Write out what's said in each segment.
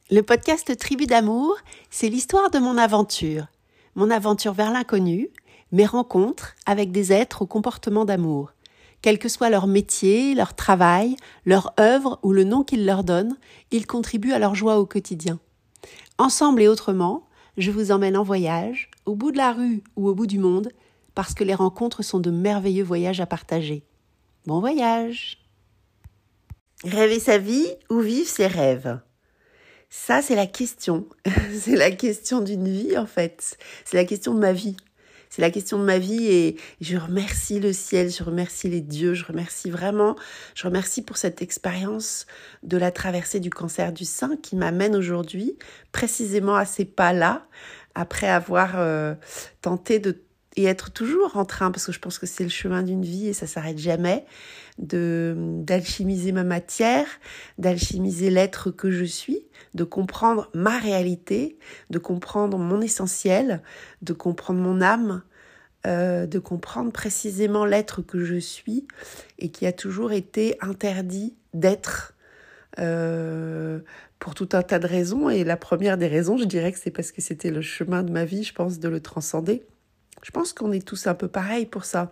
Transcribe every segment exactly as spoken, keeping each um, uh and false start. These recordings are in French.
Le podcast Tribu d'amour, c'est l'histoire de mon aventure. Mon aventure vers l'inconnu, mes rencontres avec des êtres au comportement d'amour. Quel que soit leur métier, leur travail, leur œuvre ou le nom qu'ils leur donnent, ils contribuent à leur joie au quotidien. Ensemble et autrement, je vous emmène en voyage, au bout de la rue ou au bout du monde, parce que les rencontres sont de merveilleux voyages à partager. Bon voyage! Rêver sa vie ou vivre ses rêves? Ça, c'est la question. C'est la question d'une vie, en fait. C'est la question de ma vie. C'est la question de ma vie et je remercie le ciel, je remercie les dieux, je remercie vraiment, je remercie pour cette expérience de la traversée du cancer du sein qui m'amène aujourd'hui précisément à ces pas-là, après avoir euh, tenté de et être toujours en train, parce que je pense que c'est le chemin d'une vie et ça s'arrête jamais, de d'alchimiser ma matière, d'alchimiser l'être que je suis, de comprendre ma réalité, de comprendre mon essentiel, de comprendre mon âme, euh, de comprendre précisément l'être que je suis et qui a toujours été interdit d'être euh, pour tout un tas de raisons. Et la première des raisons, je dirais que c'est parce que c'était le chemin de ma vie, je pense, de le transcender. Je pense qu'on est tous un peu pareils pour ça.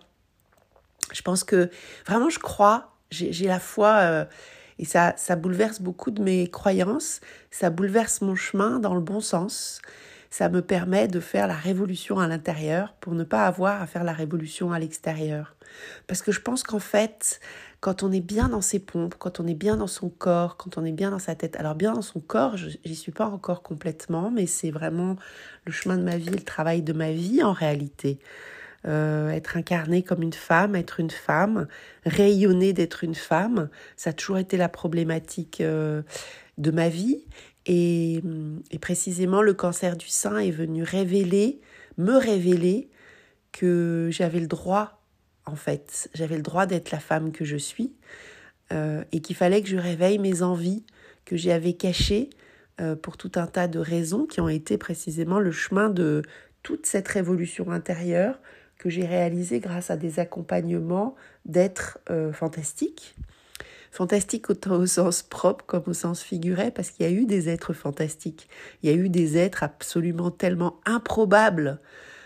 Je pense que, vraiment, je crois, j'ai, j'ai la foi, euh, et ça, ça bouleverse beaucoup de mes croyances, ça bouleverse mon chemin dans le bon sens, ça me permet de faire la révolution à l'intérieur pour ne pas avoir à faire la révolution à l'extérieur. Parce que je pense qu'en fait, quand on est bien dans ses pompes, quand on est bien dans son corps, quand on est bien dans sa tête, alors bien dans son corps, je j'y suis pas encore complètement, mais c'est vraiment le chemin de ma vie, le travail de ma vie en réalité. Euh, être incarnée comme une femme, être une femme, rayonner d'être une femme, ça a toujours été la problématique euh, de ma vie. Et, et précisément, le cancer du sein est venu révéler, me révéler que j'avais le droit, en fait, j'avais le droit d'être la femme que je suis euh, et qu'il fallait que je réveille mes envies que j'avais cachées euh, pour tout un tas de raisons qui ont été précisément le chemin de toute cette révolution intérieure que j'ai réalisé grâce à des accompagnements d'êtres euh, fantastiques. Fantastiques autant au sens propre comme au sens figuré, parce qu'il y a eu des êtres fantastiques. Il y a eu des êtres absolument tellement improbables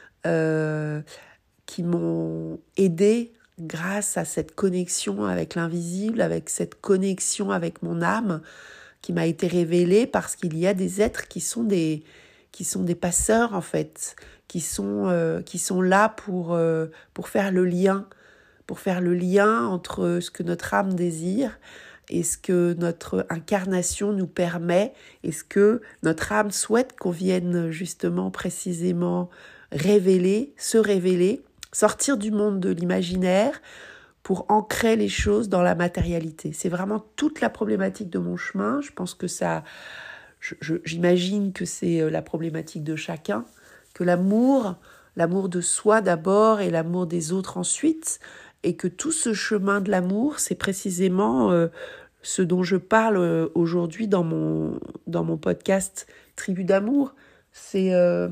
euh, qui m'ont aidé grâce à cette connexion avec l'invisible, avec cette connexion avec mon âme qui m'a été révélée, parce qu'il y a des êtres qui sont des, qui sont des passeurs en fait, qui sont, euh, qui sont là pour, euh, pour faire le lien, pour faire le lien entre ce que notre âme désire et ce que notre incarnation nous permet et ce que notre âme souhaite qu'on vienne justement précisément révéler, se révéler, sortir du monde de l'imaginaire pour ancrer les choses dans la matérialité. C'est vraiment toute la problématique de mon chemin. Je pense que ça, je, je, j'imagine que c'est la problématique de chacun, que l'amour, l'amour de soi d'abord et l'amour des autres ensuite, et que tout ce chemin de l'amour, c'est précisément euh, ce dont je parle euh, aujourd'hui dans mon, dans mon podcast Tribu d'amour. C'est, euh,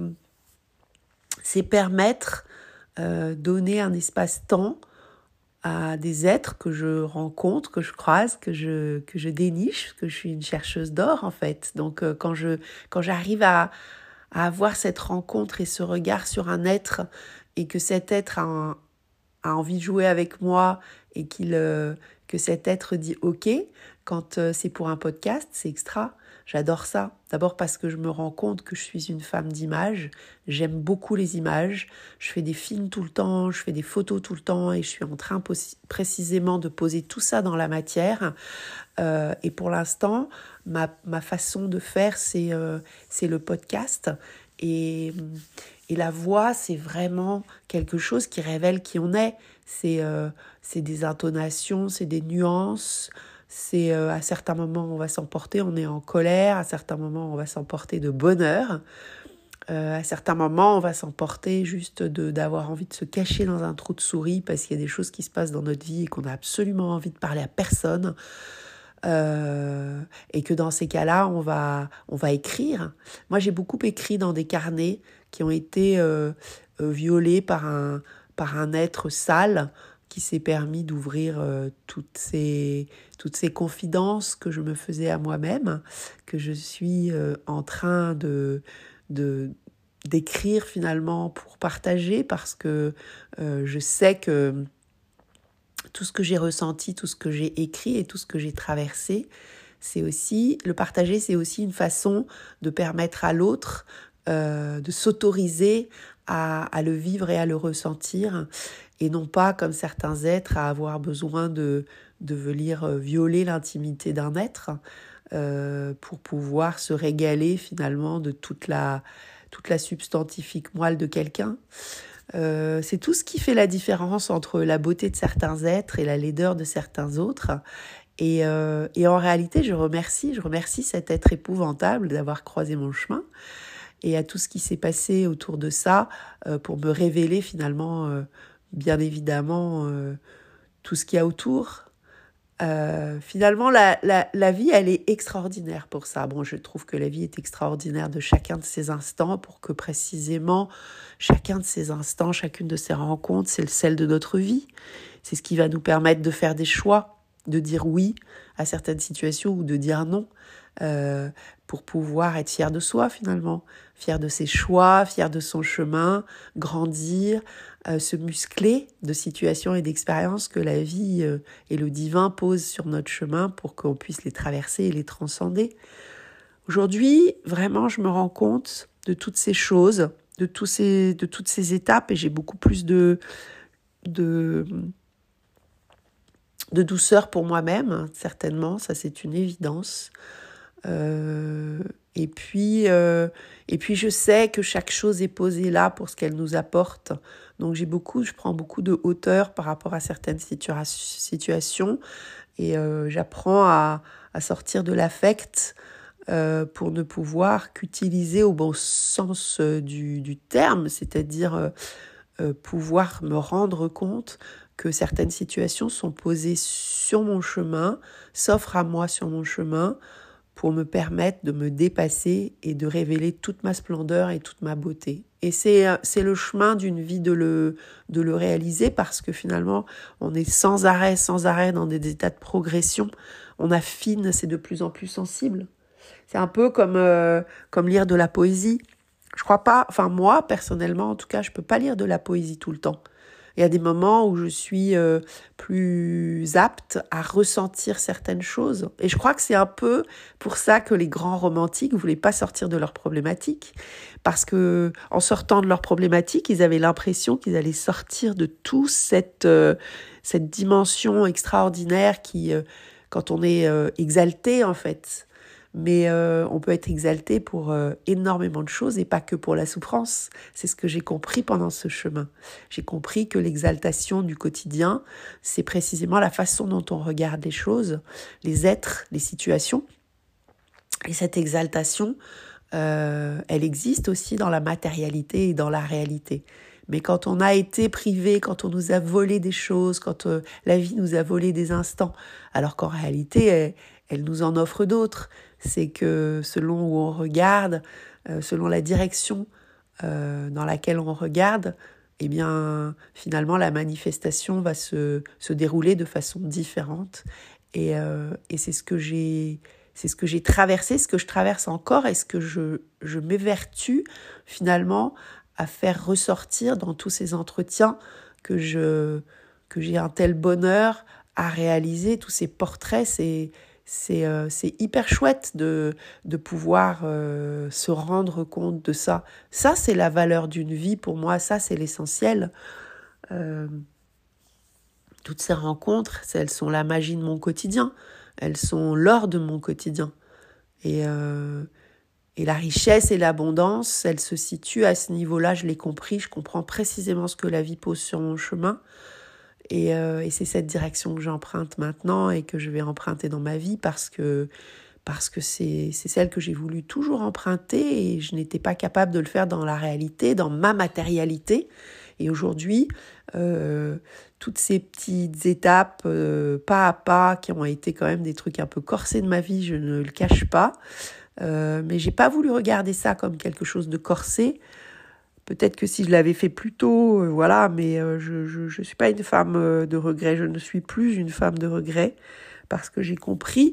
c'est permettre, euh, donner un espace-temps à des êtres que je rencontre, que je croise, que je, que je déniche, que je suis une chercheuse d'or en fait. Donc euh, quand, je, quand j'arrive à, à avoir cette rencontre et ce regard sur un être et que cet être a, un, a envie de jouer avec moi et qu'il, euh, que cet être dit OK, quand euh, c'est pour un podcast, c'est extra. J'adore ça. D'abord parce que je me rends compte que je suis une femme d'image. J'aime beaucoup les images. Je fais des films tout le temps, je fais des photos tout le temps et je suis en train pos- précisément de poser tout ça dans la matière. Euh, et pour l'instant, ma, ma façon de faire, c'est, euh, c'est le podcast. Et, et la voix, c'est vraiment quelque chose qui révèle qui on est. C'est, euh, c'est des intonations, c'est des nuances. C'est euh, à certains moments on va s'emporter, on est en colère, à certains moments on va s'emporter de bonheur, euh, à certains moments on va s'emporter juste de, d'avoir envie de se cacher dans un trou de souris parce qu'il y a des choses qui se passent dans notre vie et qu'on a absolument envie de parler à personne. Euh, et que dans ces cas-là, on va, on va écrire. Moi, j'ai beaucoup écrit dans des carnets qui ont été euh, euh, violés par un, par un être sale qui s'est permis d'ouvrir euh, toutes ces, toutes ces confidences que je me faisais à moi-même, que je suis euh, en train de, de, d'écrire finalement pour partager, parce que euh, je sais que tout ce que j'ai ressenti, tout ce que j'ai écrit et tout ce que j'ai traversé, c'est aussi, le partager, c'est aussi une façon de permettre à l'autre euh, de s'autoriser à, à le vivre et à le ressentir, et non pas, comme certains êtres, à avoir besoin de, de venir violer l'intimité d'un être euh, pour pouvoir se régaler finalement de toute la, toute la substantifique moelle de quelqu'un. Euh, c'est tout ce qui fait la différence entre la beauté de certains êtres et la laideur de certains autres. Et, euh, et en réalité, je remercie, je remercie cet être épouvantable d'avoir croisé mon chemin, et à tout ce qui s'est passé autour de ça euh, pour me révéler finalement, euh, bien évidemment, euh, tout ce qu'il y a autour. Euh, finalement, la, la, la vie, elle est extraordinaire pour ça. Bon, je trouve que la vie est extraordinaire de chacun de ces instants, pour que précisément chacun de ces instants, chacune de ces rencontres, c'est le sel de notre vie. C'est ce qui va nous permettre de faire des choix, de dire oui à certaines situations ou de dire non, euh, pour pouvoir être fier de soi finalement, fier de ses choix, fier de son chemin, grandir, euh, se muscler de situations et d'expériences que la vie euh, et le divin posent sur notre chemin pour qu'on puisse les traverser et les transcender. Aujourd'hui, vraiment, je me rends compte de toutes ces choses, de, tous ces, de toutes ces étapes, et j'ai beaucoup plus de... de de douceur pour moi-même, certainement, ça c'est une évidence. Euh, et puis, euh, et puis je sais que chaque chose est posée là pour ce qu'elle nous apporte. Donc j'ai beaucoup, je prends beaucoup de hauteur par rapport à certaines situa- situations, et euh, j'apprends à, à sortir de l'affect euh, pour ne pouvoir qu'utiliser au bon sens euh, du, du terme, c'est-à-dire euh, euh, pouvoir me rendre compte que certaines situations sont posées sur mon chemin, s'offrent à moi sur mon chemin, pour me permettre de me dépasser et de révéler toute ma splendeur et toute ma beauté. Et c'est, c'est le chemin d'une vie de le, de le réaliser, parce que finalement, on est sans arrêt, sans arrêt dans des états de progression. On affine, c'est de plus en plus sensible. C'est un peu comme, euh, comme lire de la poésie. Je crois pas, enfin moi, personnellement, en tout cas, je peux pas lire de la poésie tout le temps. Il y a des moments où je suis euh, plus apte à ressentir certaines choses. Et je crois que c'est un peu pour ça que les grands romantiques ne voulaient pas sortir de leurs problématiques. Parce que en sortant de leurs problématiques, ils avaient l'impression qu'ils allaient sortir de toute cette, euh, cette dimension extraordinaire qui, euh, quand on est euh, exalté en fait, mais euh, on peut être exalté pour euh, énormément de choses et pas que pour la souffrance. C'est ce que j'ai compris pendant ce chemin. J'ai compris que l'exaltation du quotidien, c'est précisément la façon dont on regarde les choses, les êtres, les situations. Et cette exaltation, euh, elle existe aussi dans la matérialité et dans la réalité. Mais quand on a été privé, quand on nous a volé des choses, quand euh, la vie nous a volé des instants, alors qu'en réalité, elle, elle nous en offre d'autres. C'est que selon où on regarde, euh, selon la direction euh, dans laquelle on regarde, eh bien, finalement, la manifestation va se, se dérouler de façon différente. Et, euh, et c'est ce que j'ai, c'est ce que j'ai traversé, ce que je traverse encore, et ce que je, je m'évertue finalement à faire ressortir dans tous ces entretiens que je, que j'ai un tel bonheur à réaliser, tous ces portraits. C'est, c'est, euh, c'est hyper chouette de, de pouvoir euh, se rendre compte de ça. Ça, c'est la valeur d'une vie pour moi, ça, c'est l'essentiel. Euh, toutes ces rencontres, elles sont la magie de mon quotidien, elles sont l'or de mon quotidien. Et, euh, et la richesse et l'abondance, elles se situent à ce niveau-là, je l'ai compris, je comprends précisément ce que la vie pose sur mon chemin. Et, euh, et c'est cette direction que j'emprunte maintenant et que je vais emprunter dans ma vie, parce que, parce que c'est, c'est celle que j'ai voulu toujours emprunter, et je n'étais pas capable de le faire dans la réalité, dans ma matérialité. Et aujourd'hui, euh, toutes ces petites étapes, euh, pas à pas, qui ont été quand même des trucs un peu corsés de ma vie, je ne le cache pas, euh, mais j'ai pas voulu regarder ça comme quelque chose de corsé, Peut-être que si je l'avais fait plus tôt, euh, voilà, mais euh, je, je, je suis pas une femme euh, de regret. Je ne suis plus une femme de regret parce que j'ai compris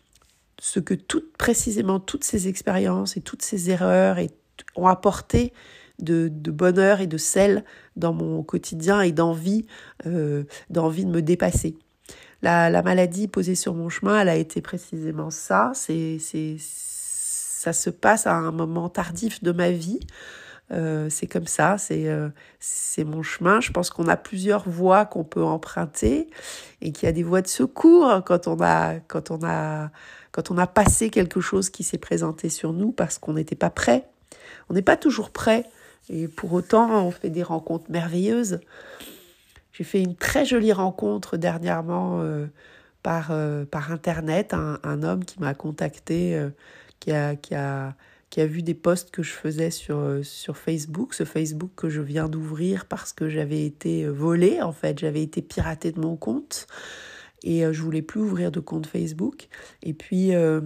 ce que toutes, précisément toutes ces expériences et toutes ces erreurs et, ont apporté de, de bonheur et de sel dans mon quotidien et d'envie, euh, d'envie de me dépasser. La, la maladie posée sur mon chemin, elle a été précisément ça. C'est, c'est, ça se passe à un moment tardif de ma vie. Euh, c'est comme ça, c'est, euh, c'est mon chemin. Je pense qu'on a plusieurs voies qu'on peut emprunter et qu'il y a des voies de secours quand on a, quand on a, quand on a passé quelque chose qui s'est présenté sur nous parce qu'on n'était pas prêt. On n'est pas toujours prêt et pour autant on fait des rencontres merveilleuses. J'ai fait une très jolie rencontre dernièrement euh, par, euh, par Internet, un, un homme qui m'a contacté, euh, qui a, qui a, qui a vu des posts que je faisais sur, euh, sur Facebook, ce Facebook que je viens d'ouvrir parce que j'avais été volée, en fait, j'avais été piratée de mon compte et euh, je voulais plus ouvrir de compte Facebook. Et puis, euh,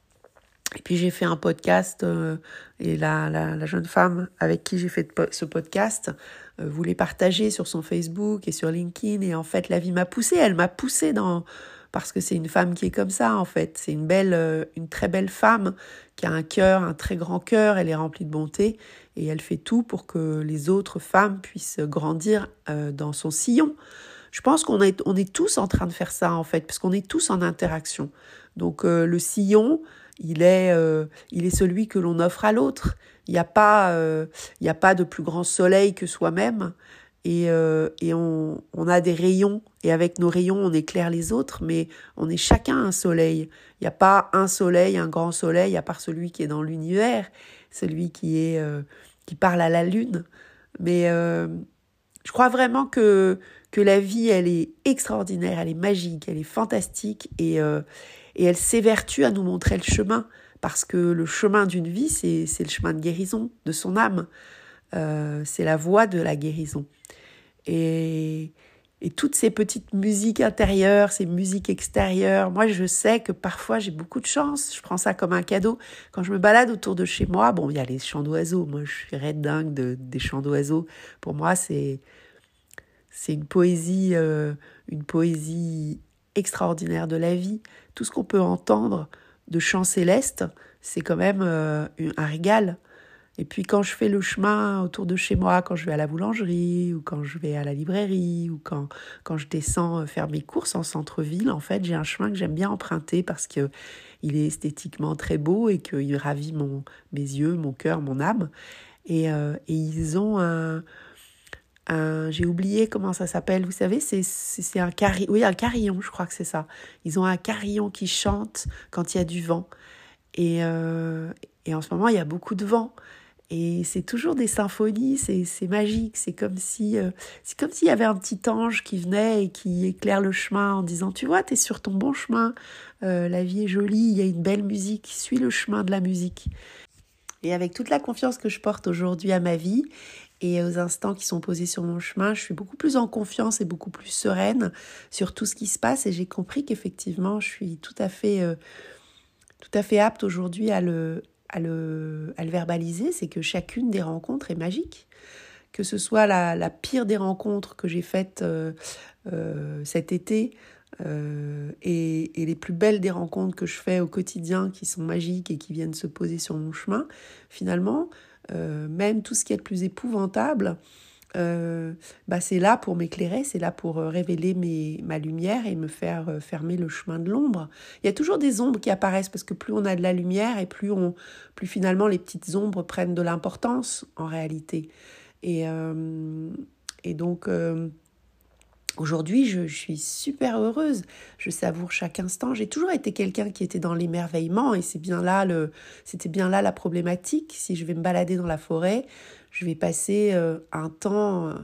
et puis j'ai fait un podcast euh, et la, la, la jeune femme avec qui j'ai fait ce podcast euh, voulait partager sur son Facebook et sur LinkedIn. Et en fait, la vie m'a poussée. Elle m'a poussée dans... parce que c'est une femme qui est comme ça, en fait. C'est une belle, euh, une très belle femme qui a un cœur, un très grand cœur. Elle est remplie de bonté et elle fait tout pour que les autres femmes puissent grandir euh, dans son sillon. Je pense qu'on est, on est tous en train de faire ça, en fait, parce qu'on est tous en interaction. Donc, euh, le sillon... Il est, euh, il est celui que l'on offre à l'autre. Il n'y a pas, euh, il n'y a pas de plus grand soleil que soi-même. Et, euh, et on, on a des rayons. Et avec nos rayons, on éclaire les autres. Mais on est chacun un soleil. Il n'y a pas un soleil, un grand soleil, à part celui qui est dans l'univers, celui qui est, euh, qui parle à la lune. Mais euh, je crois vraiment que, que la vie, elle est extraordinaire, elle est magique, elle est fantastique. Et euh, Et elle s'évertue à nous montrer le chemin, parce que le chemin d'une vie, c'est, c'est le chemin de guérison de son âme. Euh, c'est la voie de la guérison. Et, et toutes ces petites musiques intérieures, ces musiques extérieures, moi je sais que parfois j'ai beaucoup de chance, je prends ça comme un cadeau. Quand je me balade autour de chez moi, bon, il y a les chants d'oiseaux, moi je suis raide dingue de, des chants d'oiseaux. Pour moi, c'est, c'est une poésie, euh, une poésie extraordinaire de la vie. Tout ce qu'on peut entendre de chants célestes, c'est quand même euh, un régal. Et puis quand je fais le chemin autour de chez moi, quand je vais à la boulangerie, ou quand je vais à la librairie, ou quand, quand je descends faire mes courses en centre-ville, en fait, j'ai un chemin que j'aime bien emprunter parce qu'il est esthétiquement très beau et qu'il ravit mon, mes yeux, mon cœur, mon âme. Et, euh, et ils ont un... Un, j'ai oublié comment ça s'appelle, vous savez, c'est, c'est, c'est un carillon, oui, un carillon, je crois que c'est ça. Ils ont un carillon qui chante quand il y a du vent. Et, euh, et en ce moment, il y a beaucoup de vent. Et c'est toujours des symphonies, c'est, c'est magique. C'est comme si, euh, c'est comme s'il y avait un petit ange qui venait et qui éclaire le chemin en disant, tu vois, t'es sur ton bon chemin, euh, la vie est jolie, il y a une belle musique, suis le chemin de la musique. Et avec toute la confiance que je porte aujourd'hui à ma vie et aux instants qui sont posés sur mon chemin, je suis beaucoup plus en confiance et beaucoup plus sereine sur tout ce qui se passe. Et j'ai compris qu'effectivement, je suis tout à fait, euh, tout à fait apte aujourd'hui à le, à le, à le verbaliser. C'est que chacune des rencontres est magique. Que ce soit la, la pire des rencontres que j'ai faites euh, euh, cet été, Euh, et, et les plus belles des rencontres que je fais au quotidien qui sont magiques et qui viennent se poser sur mon chemin, finalement, euh, même tout ce qui est le plus épouvantable, euh, bah c'est là pour m'éclairer, c'est là pour révéler mes, ma lumière et me faire fermer le chemin de l'ombre. Il y a toujours des ombres qui apparaissent parce que plus on a de la lumière et plus, on, plus finalement les petites ombres prennent de l'importance en réalité. Et, euh, et donc... Euh, Aujourd'hui, je, je suis super heureuse, je savoure chaque instant. J'ai toujours été quelqu'un qui était dans l'émerveillement et c'est bien là le, c'était bien là la problématique. Si je vais me balader dans la forêt, je vais passer euh, un temps,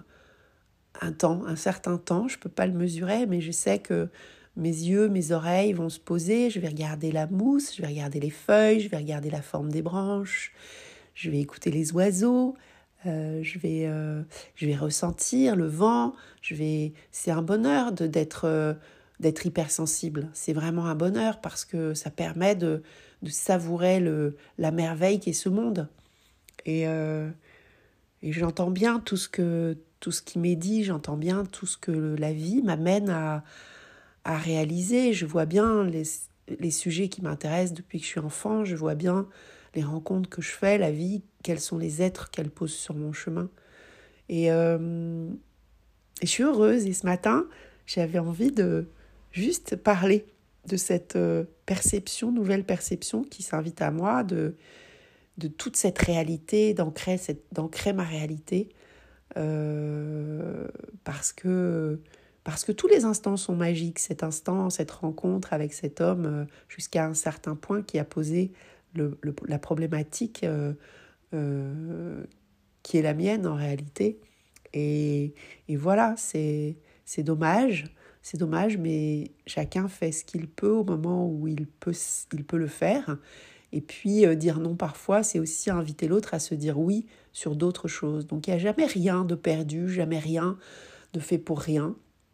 un temps, un certain temps, je ne peux pas le mesurer, mais je sais que mes yeux, mes oreilles vont se poser, je vais regarder la mousse, je vais regarder les feuilles, je vais regarder la forme des branches, je vais écouter les oiseaux. Euh, je vais, euh, je vais ressentir le vent, je vais... c'est un bonheur de, d'être, euh, d'être hypersensible. C'est vraiment un bonheur parce que ça permet de, de savourer le, la merveille qu'est ce monde. Et, euh, et j'entends bien tout ce que tout ce qui m'est dit, j'entends bien tout ce que la vie m'amène à, à réaliser. Je vois bien les, les sujets qui m'intéressent depuis que je suis enfant, je vois bien les rencontres que je fais, la vie, quels sont les êtres qu'elle pose sur mon chemin. Et, euh, et je suis heureuse. Et ce matin, j'avais envie de juste parler de cette euh, perception, nouvelle perception qui s'invite à moi, de, de toute cette réalité, d'ancrer, cette, d'ancrer ma réalité. Euh, parce que, parce que tous les instants sont magiques. Cet instant, cette rencontre avec cet homme, euh, jusqu'à un certain point qui a posé le, le, la problématique euh, euh, qui est la mienne en réalité. Et, et voilà, c'est, c'est dommage, c'est dommage, mais chacun fait ce qu'il peut au moment où il peut, il peut le faire. Et puis, euh, dire non parfois, c'est aussi inviter l'autre à se dire oui sur d'autres choses. Donc, il n'y a jamais rien de perdu, jamais rien de fait pour rien.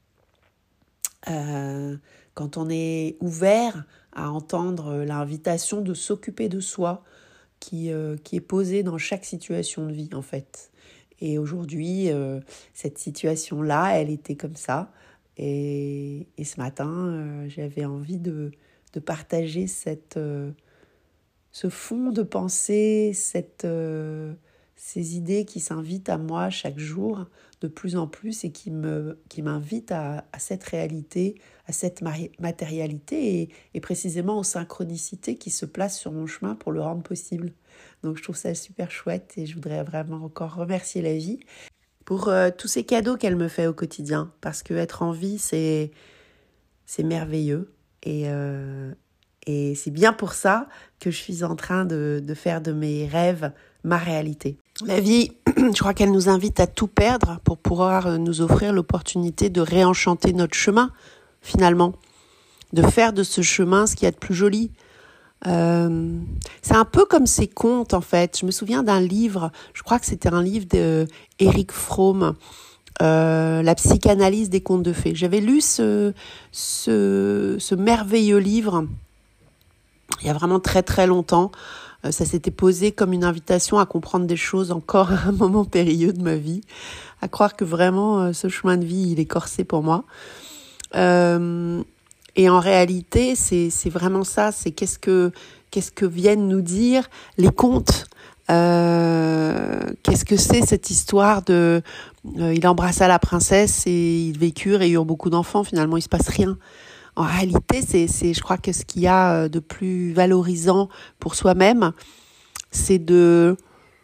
Euh, quand on est ouvert à entendre l'invitation de s'occuper de soi, qui, euh, qui est posée dans chaque situation de vie, en fait. Et aujourd'hui, euh, cette situation-là, elle était comme ça. Et, et ce matin, euh, j'avais envie de, de partager cette... Euh, ce fond de pensée, cette, euh, ces idées qui s'invitent à moi chaque jour de plus en plus et qui, me, qui m'invitent à, à cette réalité, à cette matérialité et, et précisément aux synchronicités qui se placent sur mon chemin pour le rendre possible. Donc je trouve ça super chouette et je voudrais vraiment encore remercier la vie pour euh, tous ces cadeaux qu'elle me fait au quotidien, parce que être en vie, c'est, c'est merveilleux et... Euh, Et c'est bien pour ça que je suis en train de, de faire de mes rêves ma réalité. La vie, je crois qu'elle nous invite à tout perdre pour pouvoir nous offrir l'opportunité de réenchanter notre chemin, finalement. De faire de ce chemin ce qu'il y a de plus joli. Euh, c'est un peu comme ces contes, en fait. Je me souviens d'un livre, je crois que c'était un livre d'Eric Fromm, Euh, la psychanalyse des contes de fées. J'avais lu ce, ce, ce merveilleux livre il y a vraiment très très longtemps. Euh, ça s'était posé comme une invitation à comprendre des choses encore à un moment périlleux de ma vie, à croire que vraiment euh, ce chemin de vie il est corsé pour moi. Euh, et en réalité, c'est c'est vraiment ça. C'est qu'est-ce que qu'est-ce que viennent nous dire les contes. Euh, qu'est-ce que c'est cette histoire de euh, il embrassa la princesse et ils vécurent et eurent beaucoup d'enfants. Finalement, il se passe rien. En réalité, c'est, c'est, je crois que ce qu'il y a de plus valorisant pour soi-même, c'est de,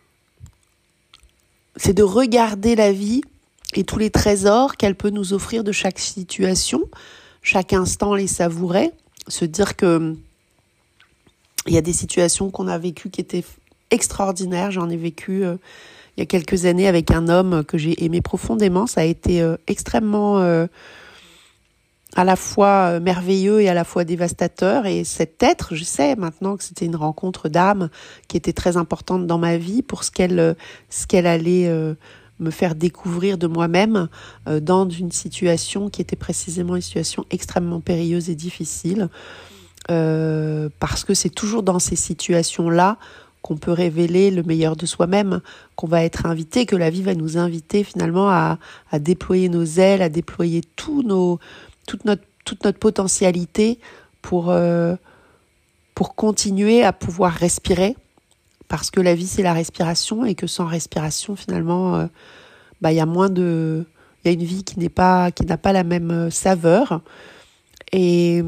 c'est de regarder la vie et tous les trésors qu'elle peut nous offrir de chaque situation, chaque instant les savourer, se dire que il y a des situations qu'on a vécues qui étaient extraordinaires. J'en ai vécu euh, il y a quelques années avec un homme que j'ai aimé profondément. Ça a été euh, extrêmement euh, à la fois merveilleux et à la fois dévastateur. Et cet être, je sais maintenant que c'était une rencontre d'âme qui était très importante dans ma vie pour ce qu'elle, ce qu'elle allait euh, me faire découvrir de moi-même euh, dans une situation qui était précisément une situation extrêmement périlleuse et difficile. Euh, parce que c'est toujours dans ces situations-là qu'on peut révéler le meilleur de soi-même, qu'on va être invité, que la vie va nous inviter finalement à, à déployer nos ailes, à déployer tous nos... toute notre toute notre potentialité pour euh, pour continuer à pouvoir respirer, parce que la vie c'est la respiration et que sans respiration finalement euh, bah il y a moins de il y a une vie qui n'est pas qui n'a pas la même saveur et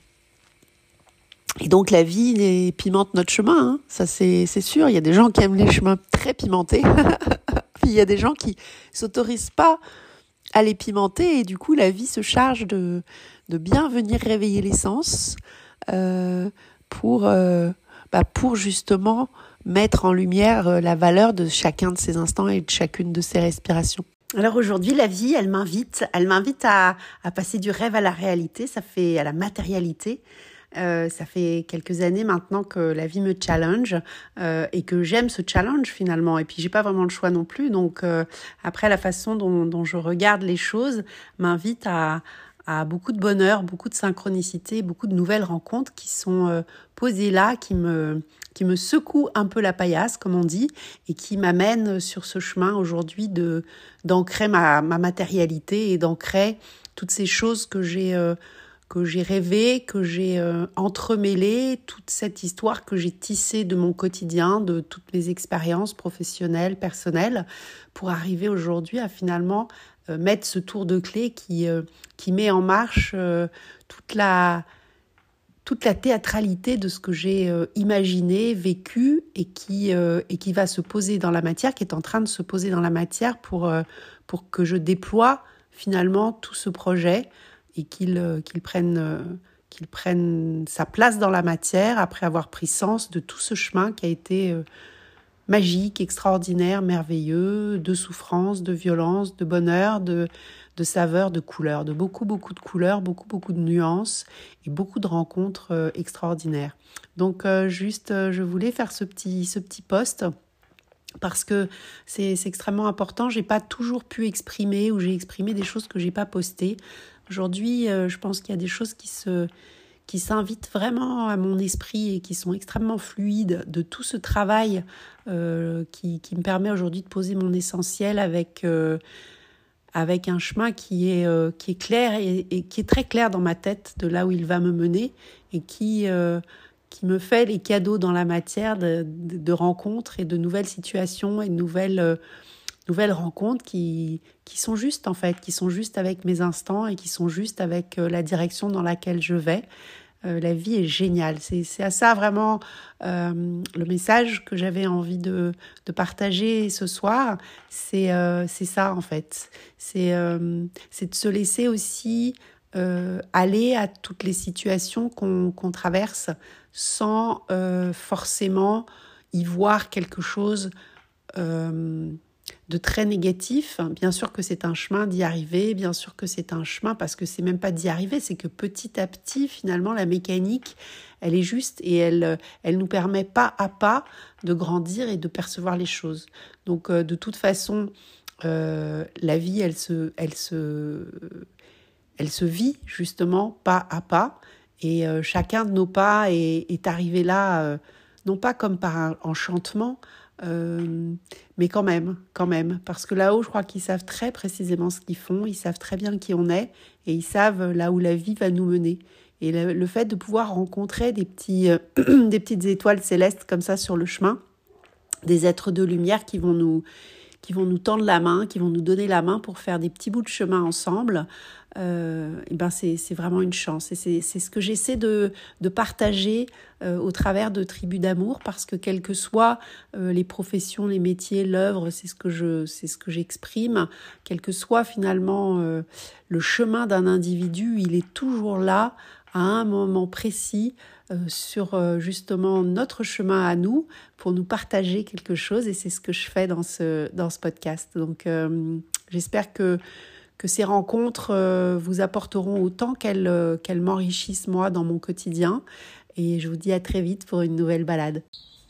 et donc la vie pimente notre chemin, hein. Ça c'est c'est sûr, il y a des gens qui aiment les chemins très pimentés puis il y a des gens qui s'autorisent pas à les pimenter et du coup la vie se charge de de bien venir réveiller les sens euh, pour euh, bah pour justement mettre en lumière la valeur de chacun de ces instants et de chacune de ces respirations. Alors aujourd'hui, la vie, elle m'invite, elle m'invite à à passer du rêve à la réalité, ça fait à la matérialité. Euh, ça fait quelques années maintenant que la vie me challenge euh, et que j'aime ce challenge finalement. Et puis j'ai pas vraiment le choix non plus. Donc euh, après, la façon dont, dont je regarde les choses m'invite à à beaucoup de bonheur, beaucoup de synchronicité, beaucoup de nouvelles rencontres qui sont euh, posées là, qui me, qui me secouent un peu la paillasse, comme on dit, et qui m'amènent sur ce chemin aujourd'hui de, d'ancrer ma, ma matérialité et d'ancrer toutes ces choses que j'ai, euh, que j'ai rêvées, que j'ai euh, entremêlées, toute cette histoire que j'ai tissée de mon quotidien, de toutes mes expériences professionnelles, personnelles, pour arriver aujourd'hui à finalement euh, mettre ce tour de clé qui, euh, qui met en marche euh, toute la... toute la théâtralité de ce que j'ai euh, imaginé, vécu et qui, euh, et qui va se poser dans la matière, qui est en train de se poser dans la matière pour, euh, pour que je déploie finalement tout ce projet et qu'il, euh, qu'il, prenne, euh, qu'il prenne sa place dans la matière après avoir pris sens de tout ce chemin qui a été euh, magique, extraordinaire, merveilleux, de souffrance, de violence, de bonheur, de... de saveurs, de couleurs, de beaucoup, beaucoup de couleurs, beaucoup, beaucoup de nuances et beaucoup de rencontres euh, extraordinaires. Donc, euh, juste, euh, je voulais faire ce petit, ce petit post parce que c'est, c'est extrêmement important. Je n'ai pas toujours pu exprimer ou j'ai exprimé des choses que je n'ai pas postées. Aujourd'hui, euh, je pense qu'il y a des choses qui se... qui s'invitent vraiment à mon esprit et qui sont extrêmement fluides de tout ce travail euh, qui, qui me permet aujourd'hui de poser mon essentiel avec... Euh, avec un chemin qui est, euh, qui est clair et, et qui est très clair dans ma tête de là où il va me mener et qui, euh, qui me fait les cadeaux dans la matière de, de, de rencontres et de nouvelles situations et de nouvelles, euh, nouvelles rencontres qui, qui sont justes en fait, qui sont justes avec mes instants et qui sont justes avec euh, la direction dans laquelle je vais. Euh, la vie est géniale. C'est, c'est à ça vraiment euh, le message que j'avais envie de, de partager ce soir. C'est, euh, c'est ça en fait. C'est, euh, c'est de se laisser aussi euh, aller à toutes les situations qu'on, qu'on traverse sans euh, forcément y voir quelque chose euh, de très négatif. Bien sûr que c'est un chemin d'y arriver, bien sûr que c'est un chemin parce que c'est même pas d'y arriver, c'est que petit à petit, finalement, la mécanique, elle est juste et elle, elle nous permet pas à pas de grandir et de percevoir les choses. Donc, euh, de toute façon, euh, la vie, elle se, elle se, elle se vit justement pas à pas et euh, chacun de nos pas est, est arrivé là, euh, non pas comme par un enchantement, Euh, mais quand même, quand même, parce que là-haut, je crois qu'ils savent très précisément ce qu'ils font, ils savent très bien qui on est, et ils savent là où la vie va nous mener. Et le, le fait de pouvoir rencontrer des, petits, euh, des petites étoiles célestes comme ça sur le chemin, des êtres de lumière qui vont nous, qui vont nous tendre la main, qui vont nous donner la main pour faire des petits bouts de chemin ensemble, euh, et ben c'est, c'est vraiment une chance. Et c'est, c'est ce que j'essaie de, de partager euh, au travers de Tribus d'amour, parce que quelles que soient euh, les professions, les métiers, l'œuvre, c'est ce que je, c'est ce que j'exprime, quel que soit finalement euh, le chemin d'un individu, il est toujours là à un moment précis euh, sur euh, justement notre chemin à nous pour nous partager quelque chose, et c'est ce que je fais dans ce, dans ce podcast. Donc euh, j'espère que, que ces rencontres euh, vous apporteront autant qu'elles, euh, qu'elles m'enrichissent moi dans mon quotidien, et je vous dis à très vite pour une nouvelle balade.